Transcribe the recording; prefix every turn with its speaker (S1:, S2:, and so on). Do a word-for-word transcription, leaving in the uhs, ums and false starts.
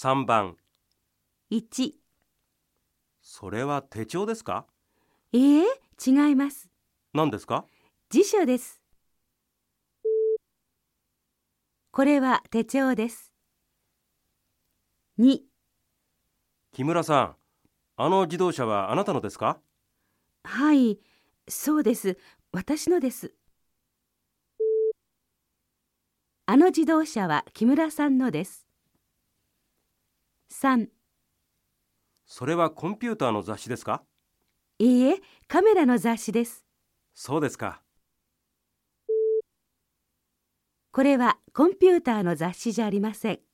S1: さんばん。
S2: いち、
S1: それは手帳ですか？
S2: いいえ、違います。
S1: 何ですか？
S2: 辞書です。これは手帳です。に、
S1: 木村さん、あの自動車はあなたのですか？
S2: はい、そうです。私のです。あの自動車は木村さんのです。さん、
S1: それはコンピューターの雑誌ですか？
S2: いいえ、カメラの雑誌です。
S1: そうですか。
S2: これはコンピューターの雑誌じゃありません。